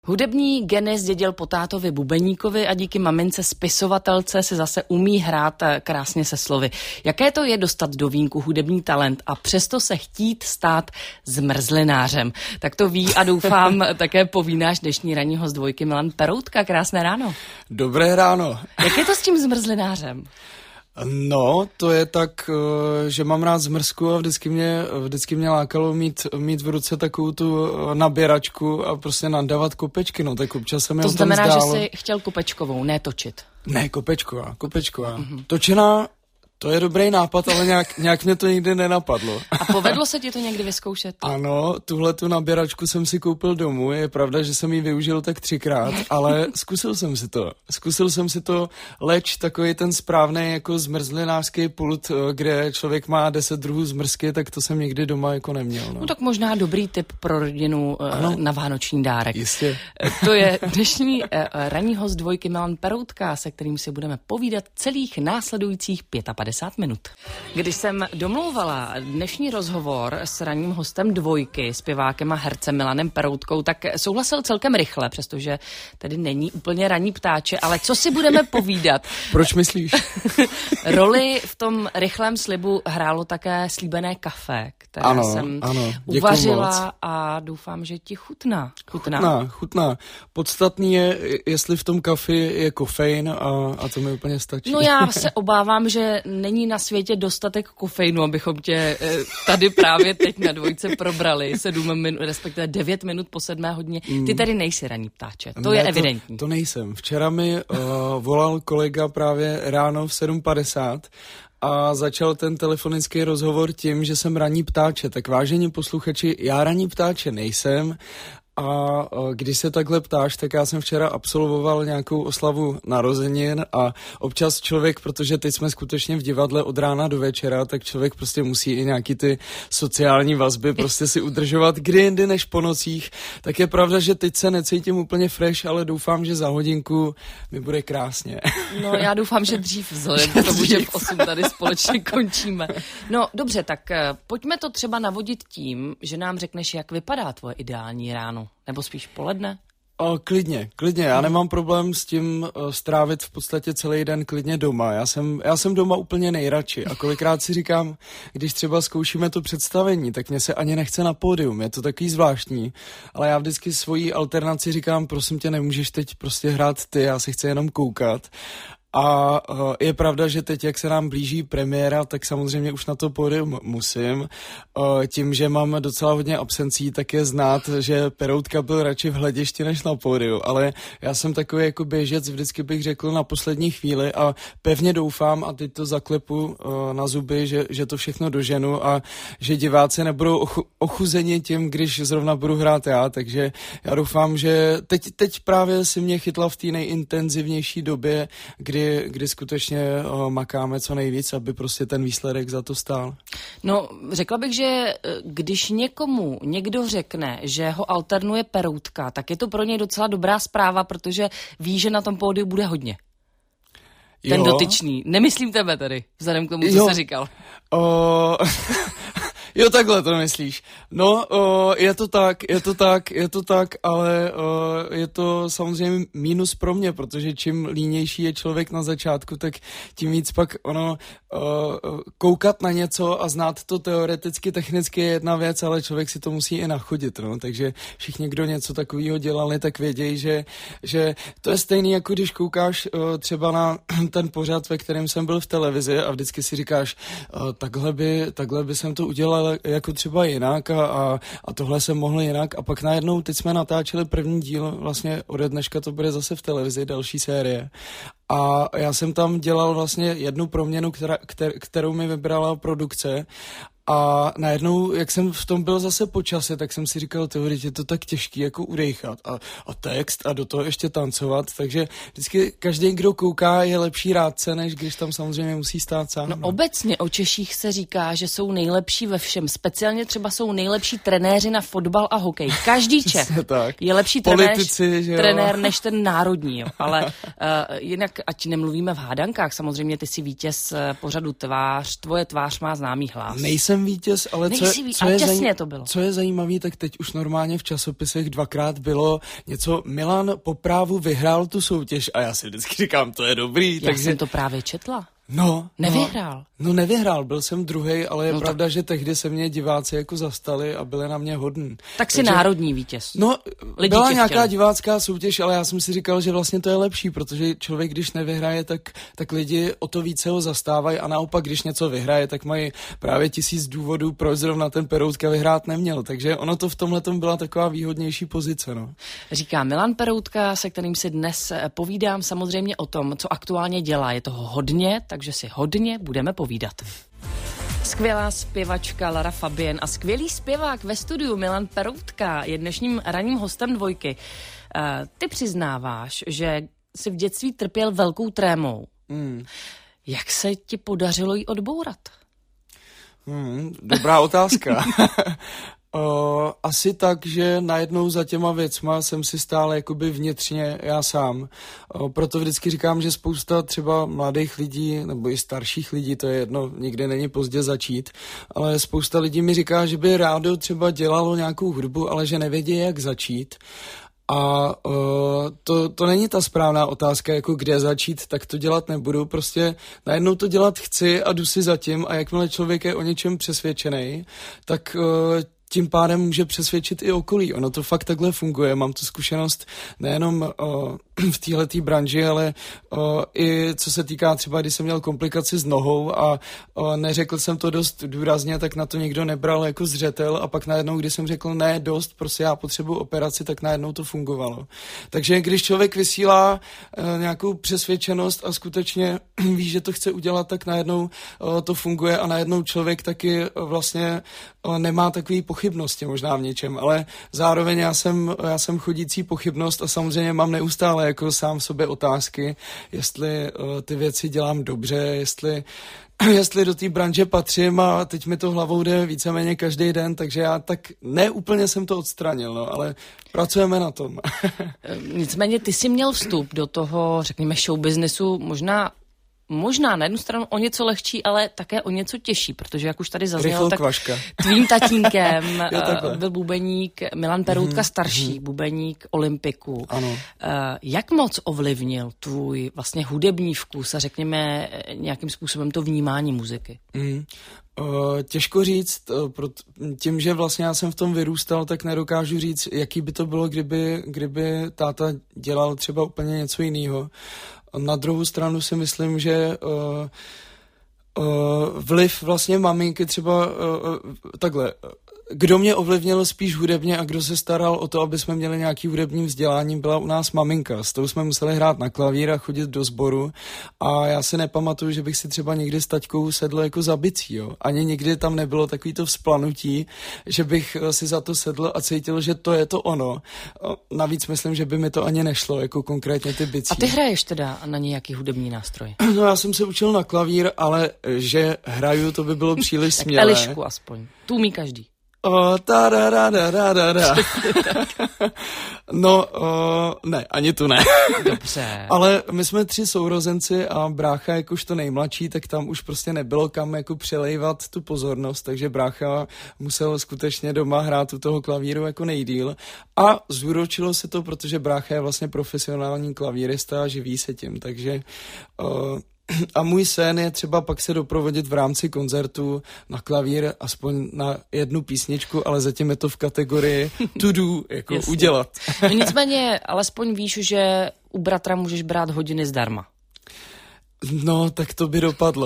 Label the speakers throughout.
Speaker 1: Hudební geny zdědil po tátovi bubeníkovi a díky mamince spisovatelce si zase umí hrát krásně se slovy. Jaké to je dostat do vínku hudební talent a přesto se chtít stát zmrzlinářem? Tak to ví a doufám také poví náš dnešní ranní host Dvojky Milan Peroutka. Krásné ráno.
Speaker 2: Dobré ráno.
Speaker 1: Jak je to s tím zmrzlinářem?
Speaker 2: No, to je tak, že mám rád zmrzku a vždycky mě lákalo mít v ruce takovou tu naběračku a prostě nadávat kopečky, no tak občas se mi
Speaker 1: to
Speaker 2: o tom
Speaker 1: znamená,
Speaker 2: zdálo.
Speaker 1: že jsi chtěl kopečkovou, ne točit.
Speaker 2: Ne, kopečková. Točená, to je dobrý nápad, ale nějak mě to nikdy nenapadlo.
Speaker 1: A povedlo se ti to někdy vyzkoušet?
Speaker 2: Ano, tuhle tu naběračku jsem si koupil domů, je pravda, že jsem ji využil tak 3krát, ale zkusil jsem si to, leč takový ten správný jako zmrzlinářský pult, kde člověk má 10 druhů zmrzky, tak to jsem nikdy doma jako neměl. No
Speaker 1: tak možná dobrý tip pro rodinu na vánoční dárek.
Speaker 2: Jistě.
Speaker 1: To je dnešní ranní host Dvojky Milan Peroutka, se kterým si budeme povídat celých následujících 55 minut. Když jsem domlouvala dnešní rozhovor s ranním hostem Dvojky, zpěvákem a hercem Milanem Peroutkou, tak souhlasil celkem rychle, přestože tedy není úplně ranní ptáče, ale co si budeme povídat?
Speaker 2: Proč myslíš?
Speaker 1: Roli v tom rychlém slibu hrálo také slíbené kafe, které jsem uvařila a doufám, že ti chutná.
Speaker 2: Chutná. Podstatný je, jestli v tom kafi je kofein a to mi úplně stačí.
Speaker 1: No já se obávám, že není na světě dostatek kofeinu, abychom tě tady právě teď na Dvojce probrali 9 minut po 7 hodině. Ty tady nejsi ranní ptáče, to je evidentní.
Speaker 2: To nejsem. Včera mi volal kolega právě ráno v 7:50 a začal ten telefonický rozhovor tím, že jsem ranní ptáče. Tak vážení posluchači, já ranní ptáče nejsem. A když se takhle ptáš, tak já jsem včera absolvoval nějakou oslavu narozenin a občas člověk, protože teď jsme skutečně v divadle od rána do večera, tak člověk prostě musí i nějaký ty sociální vazby prostě si udržovat kdy jindy než po nocích. Tak je pravda, že teď se necítím úplně fresh, ale doufám, že za hodinku mi bude krásně.
Speaker 1: No já doufám, že dřív vzhledem k tomu, že v 8 tady společně končíme. No dobře, tak pojďme to třeba navodit tím, že nám řekneš, jak vypadá tvoje ideální ráno. Nebo spíš poledne?
Speaker 2: Klidně. Já nemám problém s tím strávit v podstatě celý den klidně doma. Já jsem doma úplně nejradši a kolikrát si říkám, když třeba zkoušíme to představení, tak mě se ani nechce na pódium, je to takový zvláštní, ale já vždycky svoji alternaci říkám, prosím tě, nemůžeš teď prostě hrát ty, já se chci jenom koukat. A je pravda, že teď, jak se nám blíží premiéra, tak samozřejmě už na to pódium musím. Tím, že mám docela hodně absencí, tak je znát, že Peroutka byl radši v hledišti než na pódiu, ale já jsem takový jako běžec, vždycky bych řekl na poslední chvíli a pevně doufám, a teď to zaklepu na zuby, že to všechno doženu a že diváci nebudou ochuzeni tím, když zrovna budu hrát já, takže já doufám, že teď právě si mě chytla v té nejintenzivnější době, kdy skutečně makáme co nejvíc, aby prostě ten výsledek za to stál.
Speaker 1: No, řekla bych, že když někomu někdo řekne, že ho alternuje Peroutka, tak je to pro něj docela dobrá zpráva, protože ví, že na tom pódiu bude hodně. Ten dotyčný. Nemyslím tebe tady, vzhledem k tomu, co jsi říkal.
Speaker 2: Jo, takhle to myslíš. No, je to tak, ale je to samozřejmě mínus pro mě, protože čím línější je člověk na začátku, tak tím víc pak koukat na něco a znát to teoreticky, technicky je jedna věc, ale člověk si to musí i nachodit, no, takže všichni, kdo něco takového dělali, tak vědějí, že to je stejný, jako když koukáš třeba na ten pořad, ve kterém jsem byl v televizi a vždycky si říkáš, takhle by jsem to udělal jako třeba jinak a tohle jsem mohl jinak a pak najednou teď jsme natáčeli první díl, vlastně ode dneška to bude zase v televizi, další série. A já jsem tam dělal vlastně jednu proměnu, kterou mi vybrala produkce. A najednou, jak jsem v tom byl zase po čase, tak jsem si říkal, teď je to tak těžký jako udejchat a text a do toho ještě tancovat, takže vždycky každý, kdo kouká, je lepší rádce, než když tam samozřejmě musí stát sám.
Speaker 1: No obecně o Češích se říká, že jsou nejlepší ve všem, speciálně třeba jsou nejlepší trenéři na fotbal a hokej. Každý Čech je lepší trenér než ten národní, jo. Ale jinak, ať nemluvíme v hádankách, samozřejmě ty jsi vítěz pořadu Tvář, tvoje tvář má známý hlas.
Speaker 2: jsem vítěz, ale
Speaker 1: co
Speaker 2: je zajímavé, tak teď už normálně v časopisech 2krát bylo něco, Milan po právu vyhrál tu soutěž a já si vždycky říkám, to je dobrý.
Speaker 1: Já jsem to právě četla.
Speaker 2: Nevyhrál. Nevyhrál, byl jsem druhej, ale je pravda, že tehdy se mě diváci jako zastali a byli na mě hodní.
Speaker 1: Tak si národní vítěz.
Speaker 2: Byla nějaká divácká soutěž, ale já jsem si říkal, že vlastně to je lepší, protože člověk, když nevyhraje, tak lidi o to více ho zastávají a naopak, když něco vyhraje, tak mají právě 1000 důvodů, proč zrovna ten Peroutka vyhrát neměl. Takže ono to v tomhletom byla taková výhodnější pozice.
Speaker 1: Říká Milan Peroutka, se kterým si dnes povídám samozřejmě o tom, co aktuálně dělá. Je toho hodně, takže si hodně budeme povídat. Skvělá zpěvačka Lara Fabian a skvělý zpěvák ve studiu Milan Peroutka je dnešním ranním hostem Dvojky. Ty přiznáváš, že jsi v dětství trpěl velkou trémou. Jak se ti podařilo ji odbourat?
Speaker 2: Dobrá otázka. Asi tak, že najednou za těma věcma jsem si stál jakoby vnitřně já sám. Proto vždycky říkám, že spousta třeba mladých lidí, nebo i starších lidí, to je jedno, nikdy není pozdě začít, ale spousta lidí mi říká, že by rádo třeba dělalo nějakou hudbu, ale že nevědí, jak začít. A to není ta správná otázka, jako kde začít, tak to dělat nebudu, prostě najednou to dělat chci a jdu si za tím a jakmile člověk je o něčem přesvědčený, tak tím pádem může přesvědčit i okolí. Ono to fakt takhle funguje. Mám tu zkušenost nejenom v téhletý branži, ale i co se týká třeba, když jsem měl komplikaci s nohou a neřekl jsem to dost důrazně, tak na to nikdo nebral jako zřetel a pak najednou, když jsem řekl ne, dost, prostě já potřebuji operaci, tak najednou to fungovalo. Takže když člověk vysílá nějakou přesvědčenost a skutečně ví, že to chce udělat, tak najednou to funguje a najednou člověk taky vlastně nemá takový pochybnosti možná v něčem, ale zároveň já jsem chodící pochybnost a samozřejmě mám neustále jako sám v sobě otázky, jestli ty věci dělám dobře, jestli do té branže patřím a teď mi to hlavou jde víceméně každý den, takže já tak neúplně jsem to odstranil, ale pracujeme na tom.
Speaker 1: Nicméně ty jsi měl vstup do toho, řekněme, showbiznesu možná na jednu stranu o něco lehčí, ale také o něco těžší, protože jak už tady zaznělo, tak tvým tatínkem byl bubeník Milan Peroutka starší, bubeník Olympiku.
Speaker 2: Ano.
Speaker 1: Jak moc ovlivnil tvůj vlastně hudební vkus a řekněme nějakým způsobem to vnímání muziky?
Speaker 2: Těžko říct, tím, že vlastně já jsem v tom vyrůstal, tak nedokážu říct, jaký by to bylo, kdyby táta dělal třeba úplně něco jiného. Na druhou stranu si myslím, že vliv vlastně maminky třeba takhle. Kdo mě ovlivnil spíš hudebně a kdo se staral o to, aby jsme měli nějaký hudební vzdělání, byla u nás maminka. S tou jsme museli hrát na klavír a chodit do sboru a já si nepamatuju, že bych si třeba někdy s taťkou sedl jako za bicí, jo. Ani nikdy tam nebylo takový to vzplanutí, že bych si za to sedl a cítil, že to je to ono. Navíc myslím, že by mi to ani nešlo, jako konkrétně ty bicí.
Speaker 1: A ty hraješ teda na nějaký hudební nástroj?
Speaker 2: No já jsem se učil na klavír, ale že hraju, to by bylo příliš smělé.
Speaker 1: Elišku aspoň. Tu umí každý.
Speaker 2: Ne, ani tu ne.
Speaker 1: Dobře.
Speaker 2: Ale my jsme 3 sourozenci a brácha jakožto nejmladší, tak tam už prostě nebylo kam jako přelejvat tu pozornost, takže brácha musel skutečně doma hrát u toho klavíru jako nejdýl a zúročilo se to, protože brácha je vlastně profesionální klavírista a živí se tím, takže a můj sen je třeba pak se doprovodit v rámci koncertu na klavír aspoň na jednu písničku, ale zatím je to v kategorii to do, jako jasně. Udělat.
Speaker 1: No nicméně, alespoň víš, že u bratra můžeš brát hodiny zdarma.
Speaker 2: No, tak to by dopadlo.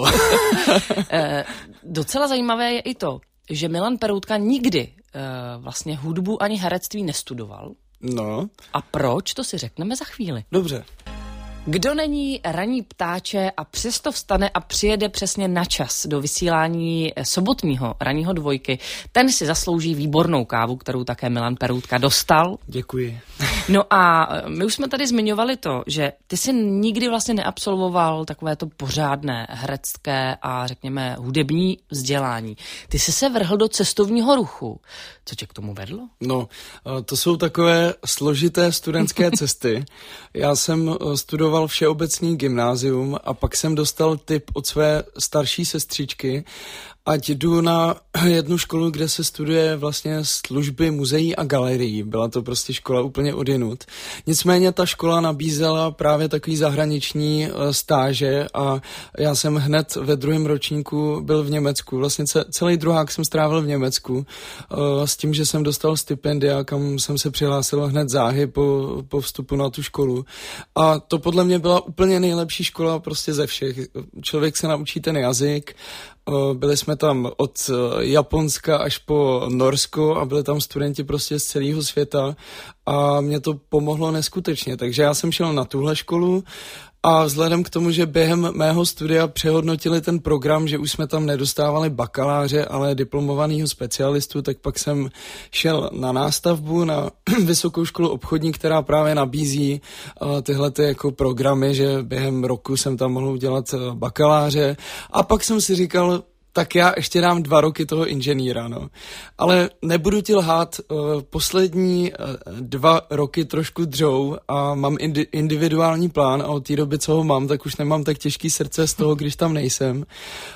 Speaker 1: Docela zajímavé je i to, že Milan Peroutka nikdy vlastně hudbu ani herectví nestudoval.
Speaker 2: No.
Speaker 1: A proč, to si řekneme za chvíli.
Speaker 2: Dobře.
Speaker 1: Kdo není ranní ptáče a přesto vstane a přijede přesně na čas do vysílání sobotního ranního Dvojky, ten si zaslouží výbornou kávu, kterou také Milan Peroutka dostal.
Speaker 2: Děkuji.
Speaker 1: No a my už jsme tady zmiňovali to, že ty jsi nikdy vlastně neabsolvoval takové to pořádné herecké a řekněme hudební vzdělání. Ty jsi se vrhl do cestovního ruchu. Co tě k tomu vedlo?
Speaker 2: No, to jsou takové složité studentské cesty. Já jsem studoval všeobecný gymnázium a pak jsem dostal tip od své starší sestřičky ať jdu na jednu školu, kde se studuje vlastně služby muzeí a galerií. Byla to prostě škola úplně odjinud. Nicméně ta škola nabízela právě takový zahraniční stáže a já jsem hned ve druhém ročníku byl v Německu. Vlastně celý druhák jsem strávil v Německu s tím, že jsem dostal stipendia, kam jsem se přihlásil hned záhy po vstupu na tu školu. A to podle mě byla úplně nejlepší škola prostě ze všech. Člověk se naučí ten jazyk. Byli jsme tam od Japonska až po Norsko a byli tam studenti prostě z celého světa a mě to pomohlo neskutečně. Takže já jsem šel na tuhle školu a vzhledem k tomu, že během mého studia přehodnotili ten program, že už jsme tam nedostávali bakaláře, ale diplomovanýho specialistu, tak pak jsem šel na nástavbu, na Vysokou školu obchodní, která právě nabízí tyhle jako programy, že během roku jsem tam mohl udělat bakaláře a pak jsem si říkal, tak já ještě dám 2 roky toho inženýra, no. Ale nebudu ti lhát, poslední 2 roky trošku dřou a mám individuální plán a od té doby, co ho mám, tak už nemám tak těžký srdce z toho, když tam nejsem.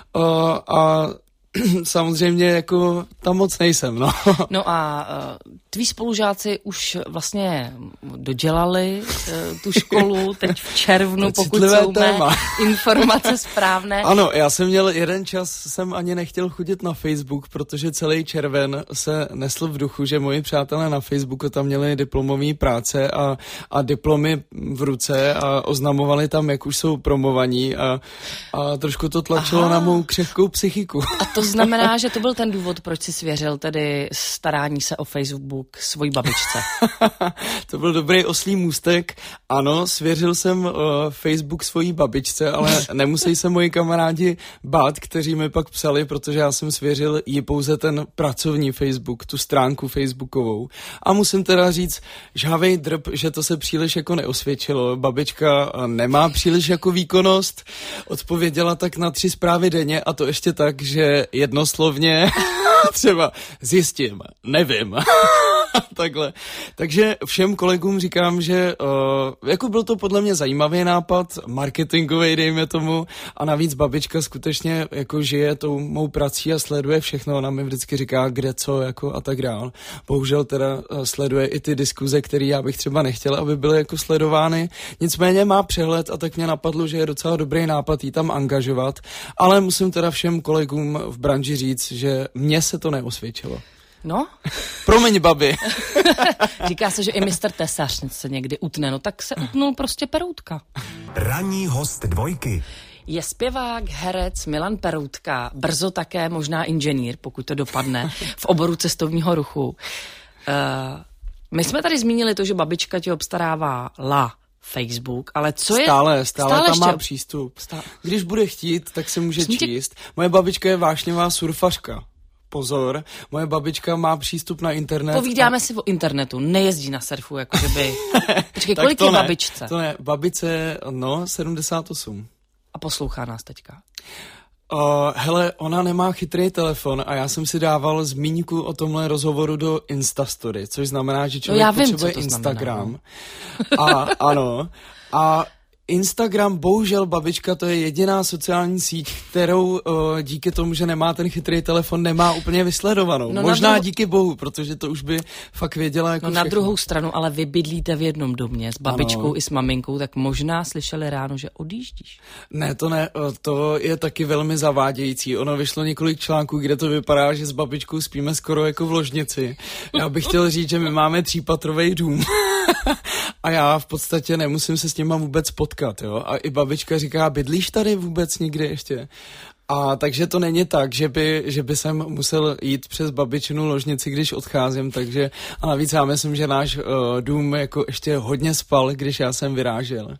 Speaker 2: A samozřejmě jako tam moc nejsem, no.
Speaker 1: No a tví spolužáci už vlastně dodělali tu školu teď v červnu, pokud jsou mé informace správné.
Speaker 2: Ano, já jsem měl jeden čas, jsem ani nechtěl chodit na Facebook, protože celý červen se nesl v duchu, že moji přátelé na Facebooku tam měli diplomové práce a diplomy v ruce a oznamovali tam, jak už jsou promovaní a trošku to tlačilo na mou křehkou psychiku.
Speaker 1: A to znamená, že to byl ten důvod, proč si svěřil tedy starání se o Facebook svojí babičce.
Speaker 2: To byl dobrý oslí můstek. Ano, svěřil jsem Facebook svojí babičce, ale nemusí se moji kamarádi bát, kteří mi pak psali, protože já jsem svěřil jí pouze ten pracovní Facebook, tu stránku facebookovou. A musím teda říct, žhavej drb, že to se příliš jako neosvědčilo. Babička nemá příliš jako výkonnost, odpověděla tak na 3 zprávy denně a to ještě tak, že jednoslovně třeba zjistím, nevím. Takhle. Takže všem kolegům říkám, že jako byl to podle mě zajímavý nápad, marketingový, dejme tomu, a navíc babička skutečně jako žije tou mou prací a sleduje všechno, ona mi vždycky říká, kde co, jako a tak dál. Bohužel teda sleduje i ty diskuze, které já bych třeba nechtěl, aby byly jako sledovány, nicméně má přehled a tak mě napadlo, že je docela dobrý nápad jí tam angažovat, ale musím teda všem kolegům v branži říct, že mně se to neosvědčilo.
Speaker 1: No?
Speaker 2: Promiň, babi.
Speaker 1: Říká se, že i mistr Tesař se někdy utne, no tak se utnul prostě Peroutka.
Speaker 3: Ranní host Dvojky.
Speaker 1: Je zpěvák, herec Milan Peroutka, brzo také možná inženýr, pokud to dopadne, v oboru cestovního ruchu. My jsme tady zmínili to, že babička ti obstarává Facebook, ale co je...
Speaker 2: Stále tam má přístup. Když bude chtít, tak se může číst. Moje babička je vášnivá surfařka. Pozor, moje babička má přístup na internet.
Speaker 1: Povídáme si o internetu, nejezdí na surfu, jako kdyby... Počkej, kolik je babičce?
Speaker 2: To ne, babice, 78.
Speaker 1: A poslouchá nás teďka.
Speaker 2: Hele, ona nemá chytrý telefon a já jsem si dával zmínku o tomhle rozhovoru do Instastory, což znamená, že člověk potřebuje Instagram. Ano. A Instagram, bohužel babička, to je jediná sociální síť, kterou díky tomu, že nemá ten chytrý telefon, nemá úplně vysledovanou. No možná díky bohu, protože to už by fakt věděla jako všechno.
Speaker 1: Na druhou stranu, ale vy bydlíte v jednom domě s babičkou i s maminkou, tak možná slyšeli ráno, že odjíždíš.
Speaker 2: Ne, to je taky velmi zavádějící. Ono vyšlo několik článků, kde to vypadá, že s babičkou spíme skoro jako v ložnici. Já bych chtěl říct, že my máme 3patrový dům. A já v podstatě nemusím se s těma vůbec potkat, jo. A i babička říká, bydlíš tady vůbec nikdy ještě? A takže to není tak, že by jsem musel jít přes babičinu ložnici, když odcházím, takže a navíc já myslím, že náš dům jako ještě hodně spal, když já jsem vyrážel.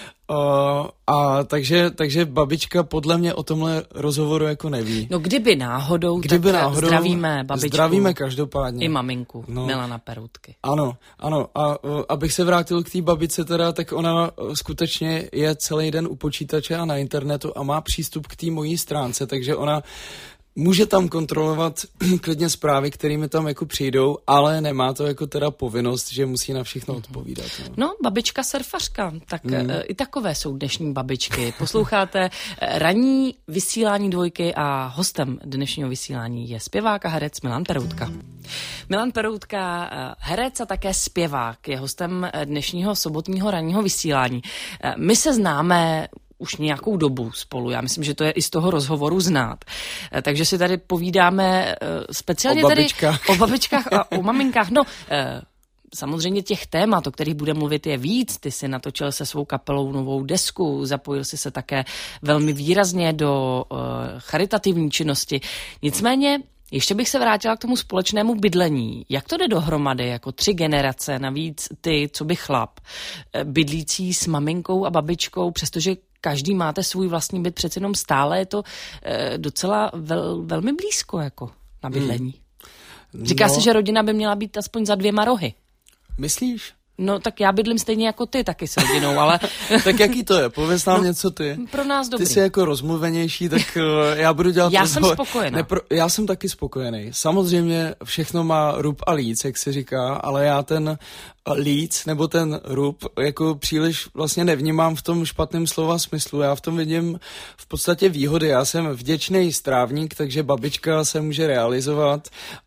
Speaker 2: A takže babička podle mě o tomhle rozhovoru jako neví.
Speaker 1: No kdyby náhodou, zdravíme babičku.
Speaker 2: Zdravíme každopádně.
Speaker 1: I maminku, Milana Peroutky.
Speaker 2: Ano. A abych se vrátil k té babice teda, tak ona skutečně je celý den u počítače a na internetu a má přístup k té mojí stránce, takže ona Může tam kontrolovat klidně zprávy, kterými tam jako přijdou, ale nemá to jako teda povinnost, že musí na všechno odpovídat.
Speaker 1: No, babička surfařka, tak i takové jsou dnešní babičky. Posloucháte ranní vysílání Dvojky a hostem dnešního vysílání je zpěvák a herec Milan Peroutka. Milan Peroutka, herec a také zpěvák, je hostem dnešního sobotního ranního vysílání. My se známe už nějakou dobu spolu. Já myslím, že to je i z toho rozhovoru znát. Takže si tady povídáme speciálně o babičkách a o maminkách. No, samozřejmě těch témat, o kterých bude mluvit, je víc. Ty si natočil se svou kapelou novou desku, zapojil si se také velmi výrazně do charitativní činnosti. Nicméně ještě bych se vrátila k tomu společnému bydlení. Jak to jde dohromady, jako 3 generace, navíc ty, co by chlap, bydlící s maminkou a babičkou, přestože každý máte svůj vlastní byt, přece jenom stále je to docela velmi blízko jako na bydlení. Říká se, že rodina by měla být aspoň za 2 rohy.
Speaker 2: Myslíš?
Speaker 1: No tak já bydlím stejně jako ty taky s rodinou, ale...
Speaker 2: Tak jaký to je? Pověz nám něco ty.
Speaker 1: Pro nás dobrý.
Speaker 2: Ty jsi jako rozmluvenější, tak já budu dělat...
Speaker 1: Já jsem spokojená.
Speaker 2: Já jsem taky spokojený. Samozřejmě všechno má rub a líc, jak se říká, ale já ten líc nebo ten rub jako příliš vlastně nevnímám v tom špatném slova smyslu. Já v tom vidím v podstatě výhody. Já jsem vděčný strávník, takže babička se může realizovat.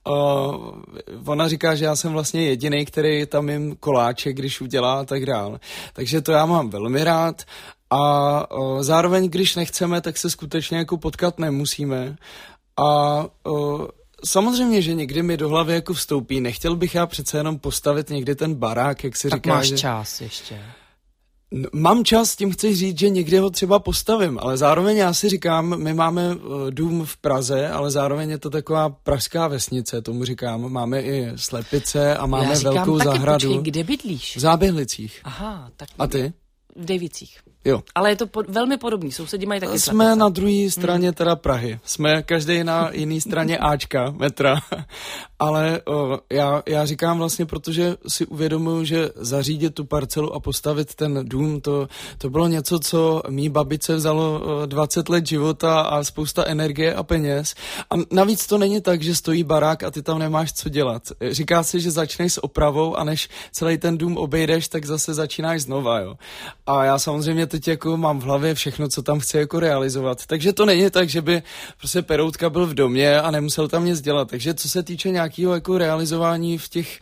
Speaker 2: Ona říká, že já jsem vlastně jediný, který tam jim koláček, když udělá a tak dále. Takže to já mám velmi rád. A zároveň, když nechceme, tak se skutečně jako potkat nemusíme. A samozřejmě, že někdy mi do hlavy jako vstoupí. Nechtěl bych já přece jenom postavit někdy ten barák, jak se říká.
Speaker 1: Tak máš čas ještě.
Speaker 2: Mám čas, tím chci říct, že někdy ho třeba postavím, ale zároveň já si říkám, my máme dům v Praze, ale zároveň je to taková pražská vesnice, tomu říkám. Máme i slepice a máme velkou zahradu.
Speaker 1: Počkej, kde bydlíš?
Speaker 2: V Záběhlicích.
Speaker 1: Aha, tak...
Speaker 2: A ty?
Speaker 1: V Dejvicích.
Speaker 2: Jo.
Speaker 1: Ale je to velmi podobný, sousedí mají taky
Speaker 2: Jsme
Speaker 1: slepice.
Speaker 2: na druhé straně teda Prahy. Jsme každý na jiné straně Ačka, metra. Ale já říkám vlastně, protože si uvědomuji, že zařídit tu parcelu a postavit ten dům, to bylo něco, co mý babice vzalo 20 let života a spousta energie a peněz. A navíc to není tak, že stojí barák a ty tam nemáš co dělat. Říká se, že začneš s opravou a než celý ten dům obejdeš, tak zase začínáš znova, jo. A já samozřejmě teď jako mám v hlavě všechno, co tam chci jako realizovat. Takže to není tak, že by prostě Peroutka byl v domě a nemusel tam nic dělat. Takže co se týče nějakého jako realizování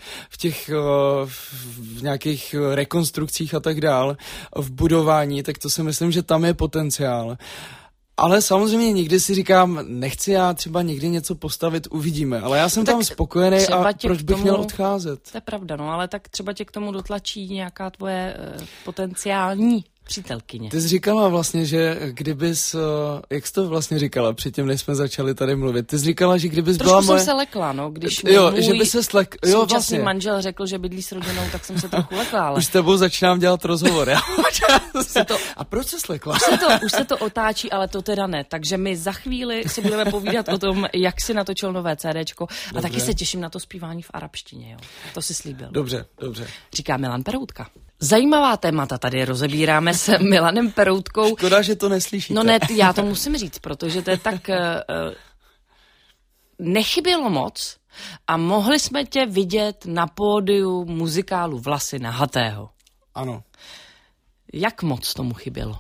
Speaker 2: v nějakých rekonstrukcích a tak dál, v budování, tak to si myslím, že tam je potenciál. Ale samozřejmě někdy si říkám, nechci já třeba někdy něco postavit, uvidíme. Ale já jsem tam spokojený a proč bych měl odcházet?
Speaker 1: To je pravda, no, ale tak třeba tě k tomu dotlačí nějaká tvoje potenciální přítelkyně.
Speaker 2: Ty jsi říkala vlastně, že kdybys, jak jsi to vlastně říkala předtím, než jsme začali tady mluvit, ty jsi říkala, že kdybys
Speaker 1: trošku
Speaker 2: byla moje...
Speaker 1: jsem se lekla, no, když
Speaker 2: že by se současný
Speaker 1: vlastně manžel řekl, že bydlí s rodinou, tak jsem se trochu lekla, ale...
Speaker 2: Už s tebou začínám dělat rozhovor, já. A proč se slekla?
Speaker 1: Už se to otáčí, ale to teda ne, takže my za chvíli si budeme povídat o tom, jak si natočil nové CDčko a taky se těším na to zpívání v arabštině, jo. To si slíbil.
Speaker 2: Dobře.
Speaker 1: Říká Milan Peroutka. Zajímavá témata tady rozebíráme s Milanem Peroutkou.
Speaker 2: Škoda, že to neslyšíte.
Speaker 1: No ne, já to musím říct, protože to je tak... nechybělo moc a mohli jsme tě vidět na pódiu muzikálu Vlasy nahatého.
Speaker 2: Ano.
Speaker 1: Jak moc tomu chybělo?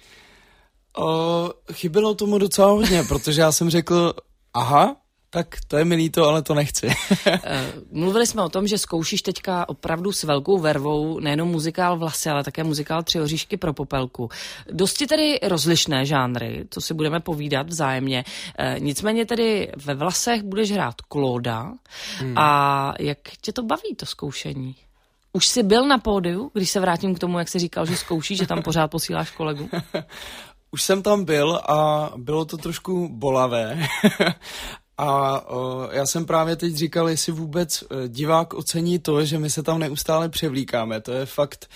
Speaker 2: Chybělo tomu docela hodně, protože já jsem řekl, aha, tak to je mi líto, ale to nechci.
Speaker 1: Mluvili jsme o tom, že zkoušíš teďka opravdu s velkou vervou nejenom muzikál Vlasy, ale také muzikál 3 oříšky pro Popelku. Dosti tedy rozlišné žánry, co si budeme povídat vzájemně. Nicméně tedy ve Vlasech budeš hrát Klóda. A jak tě to baví, to zkoušení? Už jsi byl na pódiu, když se vrátím k tomu, jak jsi říkal, že zkoušíš, že tam pořád posíláš kolegu?
Speaker 2: Už jsem tam byl a bylo to trošku bolavé. A já jsem právě teď říkal, jestli vůbec divák ocení to, že my se tam neustále převlíkáme. To je fakt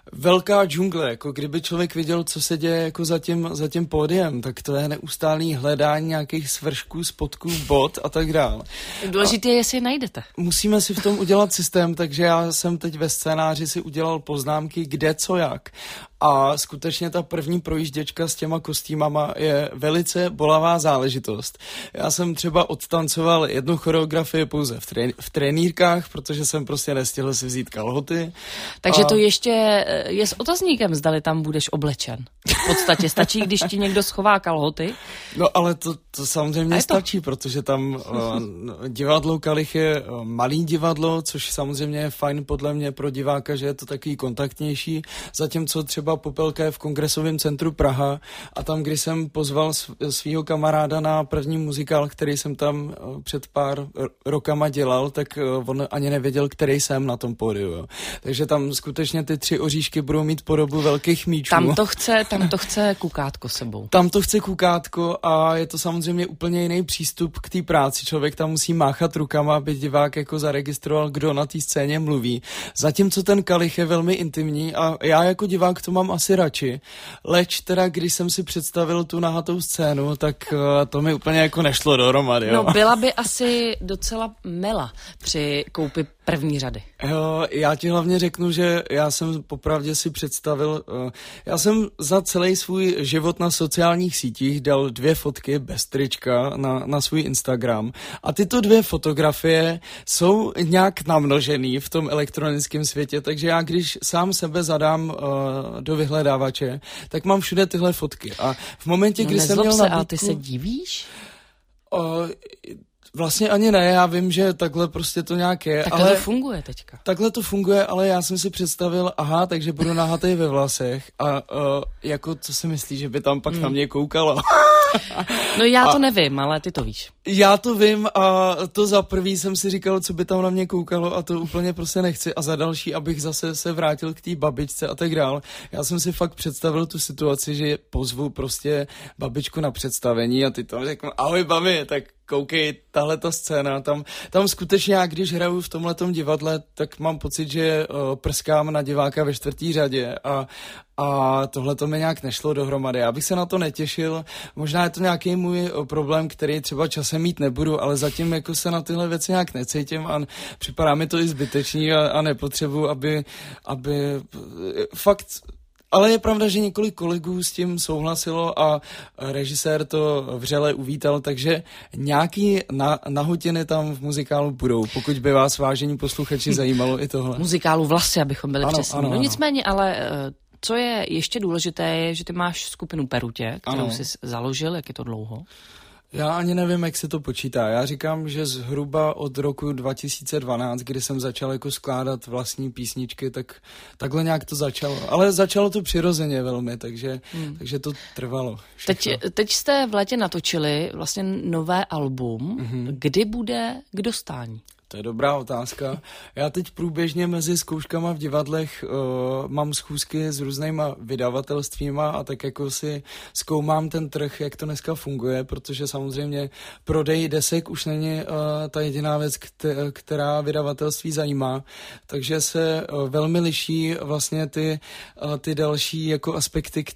Speaker 2: velká džungle, jako kdyby člověk viděl, co se děje jako za tím pódiem, tak to je neustálý hledání nějakých svršků, spodků, bod a tak dále.
Speaker 1: Důležité je, jestli je najdete.
Speaker 2: Musíme si v tom udělat systém, takže já jsem teď ve scénáři si udělal poznámky, kde, co, jak. A skutečně ta první projížděčka s těma kostýmama je velice bolavá záležitost. Já jsem třeba odtancoval jednu choreografii pouze v trenýrkách, protože jsem prostě nestihl si vzít kalhoty.
Speaker 1: Takže to ještě je s otazníkem, zdali tam budeš oblečen. V podstatě stačí, když ti někdo schová kalhoty.
Speaker 2: No ale to samozřejmě stačí, protože tam divadlo Kalich je malý divadlo, což samozřejmě je fajn podle mě pro diváka, že je to takový kontaktnější, zatímco třeba Popelka je v Kongresovém centru Praha a tam, když jsem pozval svýho kamaráda na první muzikál, který jsem tam před pár rokama dělal, tak on ani nevěděl, který jsem na tom pódiu. Jo. Takže tam skutečně ty 3 oříšky budou mít podobu velkých míčů.
Speaker 1: Tam to chce kukátko sebou.
Speaker 2: Tam to chce kukátko a je to samozřejmě úplně jiný přístup k té práci. Člověk tam musí máchat rukama, aby divák jako zaregistroval, kdo na té scéně mluví. Zatímco ten Kalich je velmi intimní a já jako divák to mám asi radši. Leč teda, když jsem si představil tu nahatou scénu, tak to mi úplně jako nešlo dohromady.
Speaker 1: No byla by asi docela mela při koupi první řady.
Speaker 2: Jo, já ti hlavně řeknu, že já jsem popravdě si představil, já jsem za celý svůj život na sociálních sítích dal 2 fotky bez trička na svůj Instagram a tyto 2 fotografie jsou nějak namnožený v tom elektronickém světě, takže já když sám sebe zadám do vyhledávače, tak mám všude tyhle fotky a v momentě, kdy jsem měl nabídku...
Speaker 1: A ty se divíš?
Speaker 2: Vlastně ani ne, já vím, že takhle prostě to nějak je.
Speaker 1: Takhle to funguje teďka.
Speaker 2: Takhle to funguje, ale já jsem si představil, takže budu nahatej ve vlasech a jako co si myslíš, že by tam pak na mě koukalo?
Speaker 1: No já to nevím, ale ty to víš.
Speaker 2: Já to vím a to za prvý jsem si říkal, co by tam na mě koukalo a to úplně prostě nechci a za další, abych zase se vrátil k té babičce a tak dál. Já jsem si fakt představil tu situaci, že pozvu prostě babičku na představení a ty tam řeknu, ahoj babi, tak koukej, tahle ta scéna, tam skutečně já, když hraju v tomhletom divadle, tak mám pocit, že prskám na diváka ve 4. řadě a tohle to mi nějak nešlo dohromady. Já bych se na to netěšil, možná je to nějaký můj problém, který třeba časem mít nebudu, ale zatím jako se na tyhle věci nějak necítím a připadá mi to i zbytečný a nepotřebuji, aby fakt... Ale je pravda, že několik kolegů s tím souhlasilo a režisér to vřele uvítal, takže nějaký nahotiny tam v muzikálu budou, pokud by vás, vážení posluchači, zajímalo i tohle.
Speaker 1: Muzikálu Vlasy, abychom byli přesní.
Speaker 2: Ano.
Speaker 1: Nicméně, ale co je ještě důležité, je, že ty máš skupinu Perutě, kterou jsi založil, jak je to dlouho?
Speaker 2: Já ani nevím, jak se to počítá. Já říkám, že zhruba od roku 2012, kdy jsem začal jako skládat vlastní písničky, tak takhle nějak to začalo. Ale začalo to přirozeně velmi, takže to trvalo.
Speaker 1: Teď jste v létě natočili vlastně nové album. Kdy bude k dostání?
Speaker 2: To je dobrá otázka. Já teď průběžně mezi zkouškama v divadlech mám schůzky s různýma vydavatelstvíma a tak jako si zkoumám ten trh, jak to dneska funguje, protože samozřejmě prodej desek už není ta jediná věc, která vydavatelství zajímá. Takže se velmi liší vlastně ty další jako aspekty,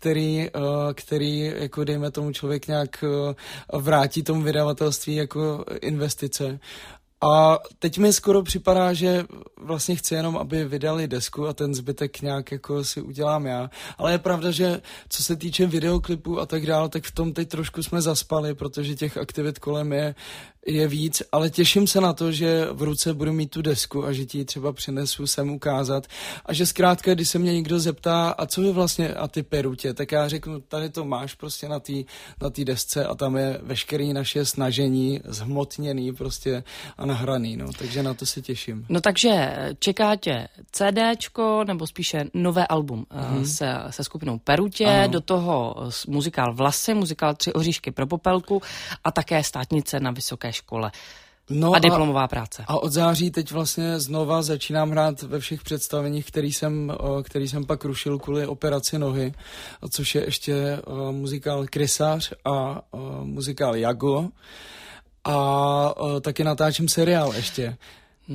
Speaker 2: který jako dejme tomu člověk nějak vrátí tomu vydavatelství jako investice. A teď mi skoro připadá, že vlastně chci jenom, aby vydali desku a ten zbytek nějak jako si udělám já. Ale je pravda, že co se týče videoklipů a tak dále, tak v tom teď trošku jsme zaspali, protože těch aktivit kolem je víc, ale těším se na to, že v ruce budu mít tu desku a že ti ji třeba přinesu sem ukázat a že zkrátka, když se mě někdo zeptá, a co vy vlastně a ty Perutě, tak já řeknu, tady to máš prostě na té desce a tam je veškerý naše snažení zhmotněný prostě a nahraný, no, takže na to se těším.
Speaker 1: No takže čeká tě CDčko, nebo spíše nové album se skupinou Perutě, do toho muzikál Vlasy, muzikál 3 oříšky pro Popelku a také státnice na vysoké škole. No a diplomová práce.
Speaker 2: A od září teď vlastně znova začínám hrát ve všech představeních, který jsem pak rušil kvůli operaci nohy, což je ještě muzikál Krysař a muzikál Jago. A taky natáčím seriál ještě.
Speaker 1: No,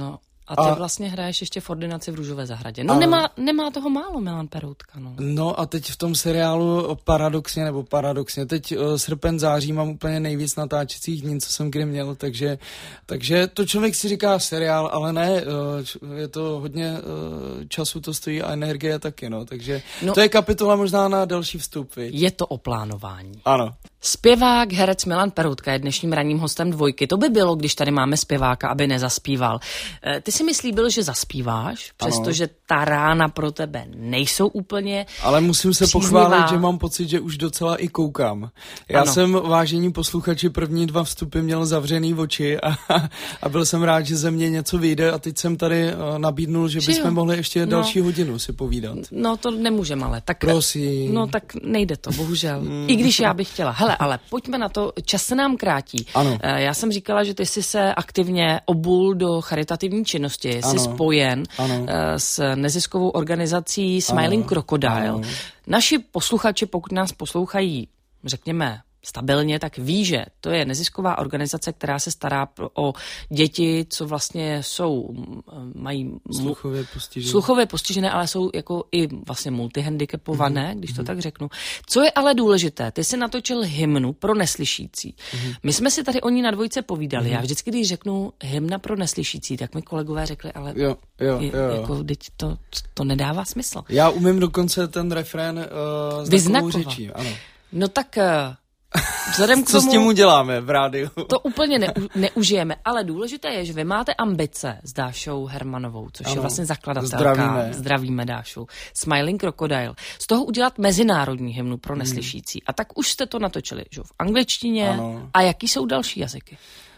Speaker 1: A ty vlastně hraješ ještě v Ordinaci v Růžové zahradě. No nemá toho málo Milan Peroutka, no.
Speaker 2: No a teď v tom seriálu paradoxně, teď srpen, září mám úplně nejvíc natáčecích dní, co jsem kdy měl, takže to člověk si říká seriál, ale ne, je to hodně času to stojí a energie taky, no, takže to je kapitola možná na další vstup, viď?
Speaker 1: Je to o plánování.
Speaker 2: Ano.
Speaker 1: Zpěvák, herec Milan Peroutka je dnešním ranním hostem Dvojky. To by bylo, když tady máme zpěváka, aby nezaspíval. Ty si mi slíbil, že zaspíváš, přestože ta rána pro tebe nejsou úplně
Speaker 2: ale musím se
Speaker 1: příznivá.
Speaker 2: pochválit, že mám pocit, že už docela i koukám. Já jsem, vážení posluchači, první 2 vstupy měl zavřený oči a byl jsem rád, že ze mě něco vyjde a teď jsem tady nabídnul, že bychom mohli ještě další hodinu si povídat.
Speaker 1: No to nemůžeme, ale tak...
Speaker 2: Prosím.
Speaker 1: No tak nejde to, bohužel. I když já bych chtěla. Hele, ale pojďme na to, čas se nám krátí.
Speaker 2: Ano.
Speaker 1: Já jsem říkala, že ty jsi se aktivně obul do charitativní činnosti. Jsi spojen s neziskovou organizací Smiling Crocodile. Ano. Naši posluchači, pokud nás poslouchají, řekněme, stabilně, tak ví, že to je nezisková organizace, která se stará o děti, co vlastně mají sluchově postižené, ale jsou jako i vlastně multihandicapované, když to tak řeknu. Co je ale důležité, ty jsi natočil hymnu pro neslyšící. My jsme si tady o ní na Dvojce povídali. Já vždycky, když řeknu hymna pro neslyšící, tak mi kolegové řekli, ale jako teď to nedává smysl.
Speaker 2: Já umím dokonce ten refrén znakovou řečí. Ano.
Speaker 1: No tak... Vzhledem k tomu,
Speaker 2: co s tím uděláme v rádiu?
Speaker 1: To úplně neužijeme, ale důležité je, že vy máte ambice s Dášou Hermanovou, což je vlastně zakladatelka. Zdravíme Dášu. Smiling Crocodile. Z toho udělat mezinárodní hymnu pro neslyšící. A tak už jste to natočili, že? V angličtině. Ano. A jaký jsou další jazyky?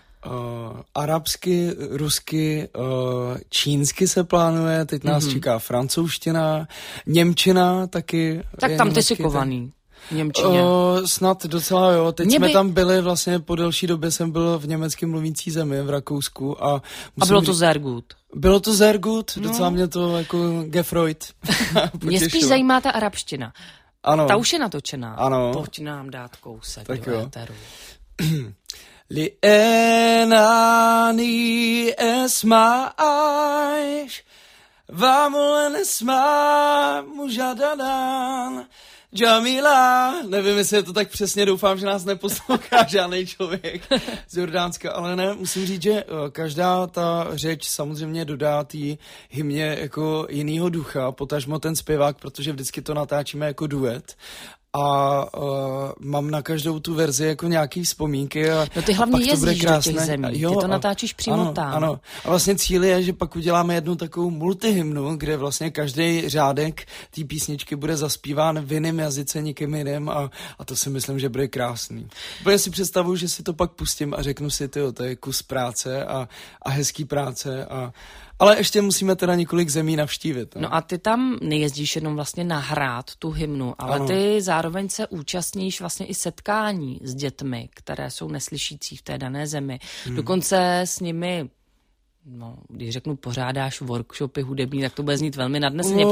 Speaker 2: Arabsky, rusky, čínsky se plánuje, teď nás čeká francouzština, němčina taky.
Speaker 1: Tak tam ty jsi kovaný. Němčině.
Speaker 2: Snad docela jo. Teď jsme tam byli, vlastně po delší době jsem byl v německy mluvící zemi, v Rakousku. A
Speaker 1: bylo to sehr gut.
Speaker 2: Bylo to sehr gut, docela mě to jako gefreut.
Speaker 1: Mě spíš zajímá ta arabština.
Speaker 2: Ano.
Speaker 1: Ta už je natočená.
Speaker 2: Ano.
Speaker 1: Pojď nám dát kousek
Speaker 2: tak
Speaker 1: do éteru.
Speaker 2: Li'enani esma'aish Vamulen esma' mujadadan Jamila, nevím, jestli je to tak přesně, doufám, že nás neposlouchá žádný člověk z Jordánska, ale ne, musím říct, že každá ta řeč samozřejmě dodá té hymně jako jinýho ducha, potažmo ten zpěvák, protože vždycky to natáčíme jako duet. A mám na každou tu verzi jako nějaký vzpomínky.
Speaker 1: No ty hlavně jezdíš do těch zemí, ty to natáčíš přímo tam.
Speaker 2: Ano. A vlastně cíl je, že pak uděláme jednu takovou multihymnu, kde vlastně každý řádek té písničky bude zaspíván v jiném jazyce někým jiným a to si myslím, že bude krásný. Protože si představuju, že si to pak pustím a řeknu si, tyjo, to je kus práce a hezký práce ale ještě musíme teda několik zemí navštívit.
Speaker 1: No a ty tam nejezdíš jenom vlastně nahrát tu hymnu, ale ty zároveň se účastníš vlastně i setkání s dětmi, které jsou neslyšící v té dané zemi. Dokonce s nimi, když řeknu pořádáš workshopy hudební, tak to bude znít velmi nadneseně.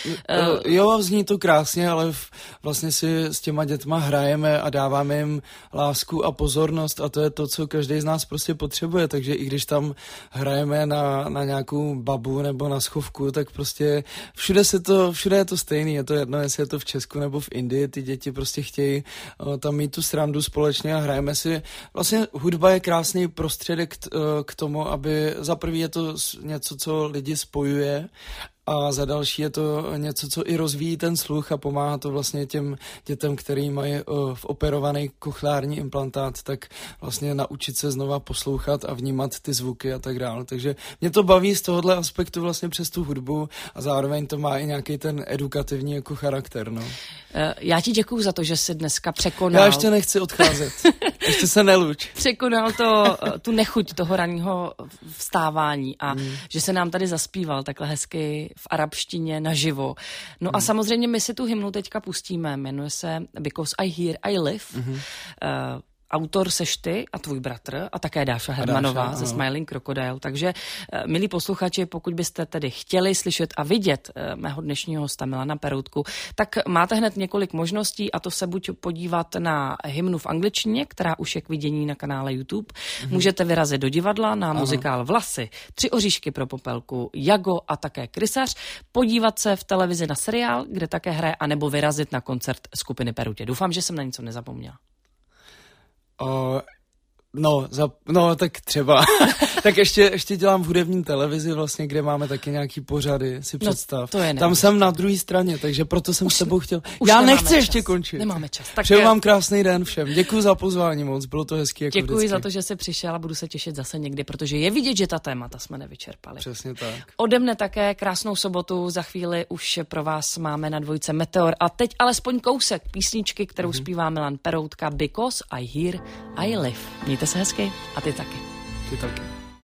Speaker 2: Jo, zní to krásně, ale vlastně si s těma dětma hrajeme a dáváme jim lásku a pozornost a to je to, co každý z nás prostě potřebuje, takže i když tam hrajeme na nějakou babu nebo na schovku, tak prostě všude je to stejný, je to jedno, jestli je to v Česku nebo v Indii, ty děti prostě chtějí tam mít tu srandu společně a hrajeme si. Vlastně hudba je krásný prostředek k tomu, aby prvý je to něco, co lidi spojuje a za další je to něco, co i rozvíjí ten sluch a pomáhá to vlastně těm dětem, který mají operovaný kochlární implantát, tak vlastně naučit se znova poslouchat a vnímat ty zvuky a tak dále. Takže mě to baví z tohohle aspektu vlastně přes tu hudbu a zároveň to má i nějaký ten edukativní jako charakter. No.
Speaker 1: Já ti děkuju za to, že jsi dneska překonal.
Speaker 2: Já ještě nechci odcházet. Ještě se neluč.
Speaker 1: Překonal tu nechuť toho ranního vstávání a že se nám tady zaspíval takhle hezky v arabštině naživo. No a samozřejmě my si tu hymnu teďka pustíme. Jmenuje se Because I Hear I Live. autor seš ty a tvůj bratr a také Dáša Hermanová ze Smiling Crocodile. Takže, milí posluchači, pokud byste tedy chtěli slyšet a vidět mého dnešního hosta Milana Peroutku, tak máte hned několik možností a to se buď podívat na hymnu v angličtině, která už je k vidění na kanále YouTube. Můžete vyrazit do divadla na muzikál Vlasy, 3 oříšky pro Popelku, Jago a také Krysař, podívat se v televizi na seriál, kde také hraje, anebo vyrazit na koncert skupiny Perutě. Doufám, že jsem na něco nezapomněla.
Speaker 2: No, tak třeba. Tak ještě dělám v hudební televizi vlastně, kde máme taky nějaký pořady, si představ. Tam jsem na druhé straně, takže proto jsem s tebou chtěl. Já nechci ještě končit.
Speaker 1: Nemáme čas. Tak
Speaker 2: přeju vám krásný den všem. Děkuji za pozvání moc, bylo to hezký jako
Speaker 1: Děkuji
Speaker 2: vždycky.
Speaker 1: za to, že jsi přišel a budu se těšit zase někdy, protože je vidět, že ta témata jsme nevyčerpali.
Speaker 2: Přesně tak.
Speaker 1: Ode mne také krásnou sobotu, za chvíli už pro vás máme na dvojce Meteor a teď alespoň kousek písničky, kterou zpívá Milan Peroutka, Because I Hear I Live. Mějte se hezky a ty taky.
Speaker 2: Ty taky.